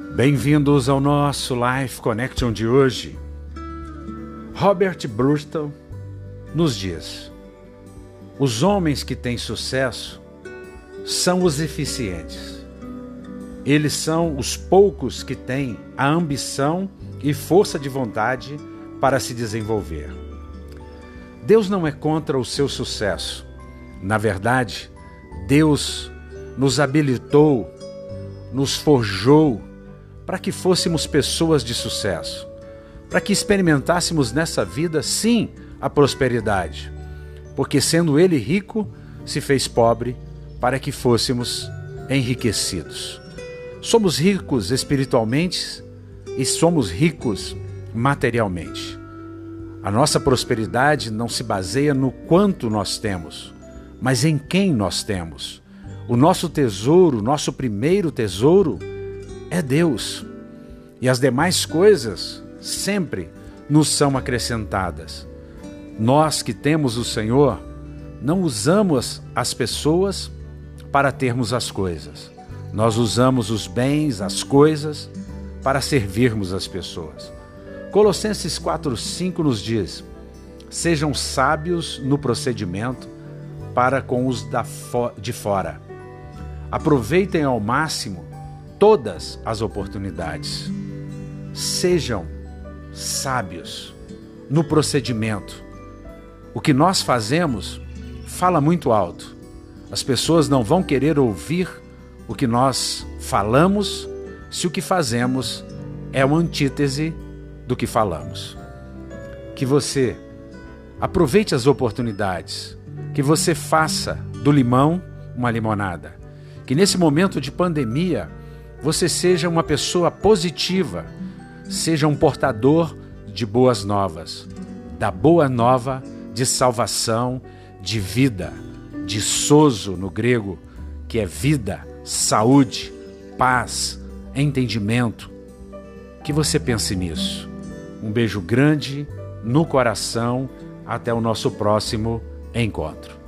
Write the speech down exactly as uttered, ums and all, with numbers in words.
Bem-vindos ao nosso Life Connection de hoje. Robert Bruston nos diz: os homens que têm sucesso são os eficientes. Eles são os poucos que têm a ambição e força de vontade para se desenvolver. Deus não é contra o seu sucesso. Na verdade, Deus nos habilitou, nos forjou para que fôssemos pessoas de sucesso, para que experimentássemos nessa vida, sim, a prosperidade, porque sendo Ele rico, se fez pobre para que fôssemos enriquecidos. Somos ricos espiritualmente e somos ricos materialmente. A nossa prosperidade não se baseia no quanto nós temos, mas em quem nós temos. O nosso tesouro, nosso primeiro tesouro, é Deus. E as demais coisas sempre nos são acrescentadas. Nós que temos o Senhor, não usamos as pessoas para termos as coisas. Nós usamos os bens, as coisas, para servirmos as pessoas. Colossenses quatro, cinco nos diz: sejam sábios no procedimento para com os da fo- de fora. Aproveitem ao máximo todas as oportunidades. Sejam sábios no procedimento. O que nós fazemos fala muito alto. As pessoas não vão querer ouvir o que nós falamos se o que fazemos é uma antítese do que falamos. Que você aproveite as oportunidades, que você faça do limão uma limonada, que nesse momento de pandemia você seja uma pessoa positiva, seja um portador de boas novas, da boa nova de salvação, de vida, de sozo no grego, que é vida, saúde, paz, entendimento. Que você pense nisso. Um beijo grande no coração. Até o nosso próximo encontro.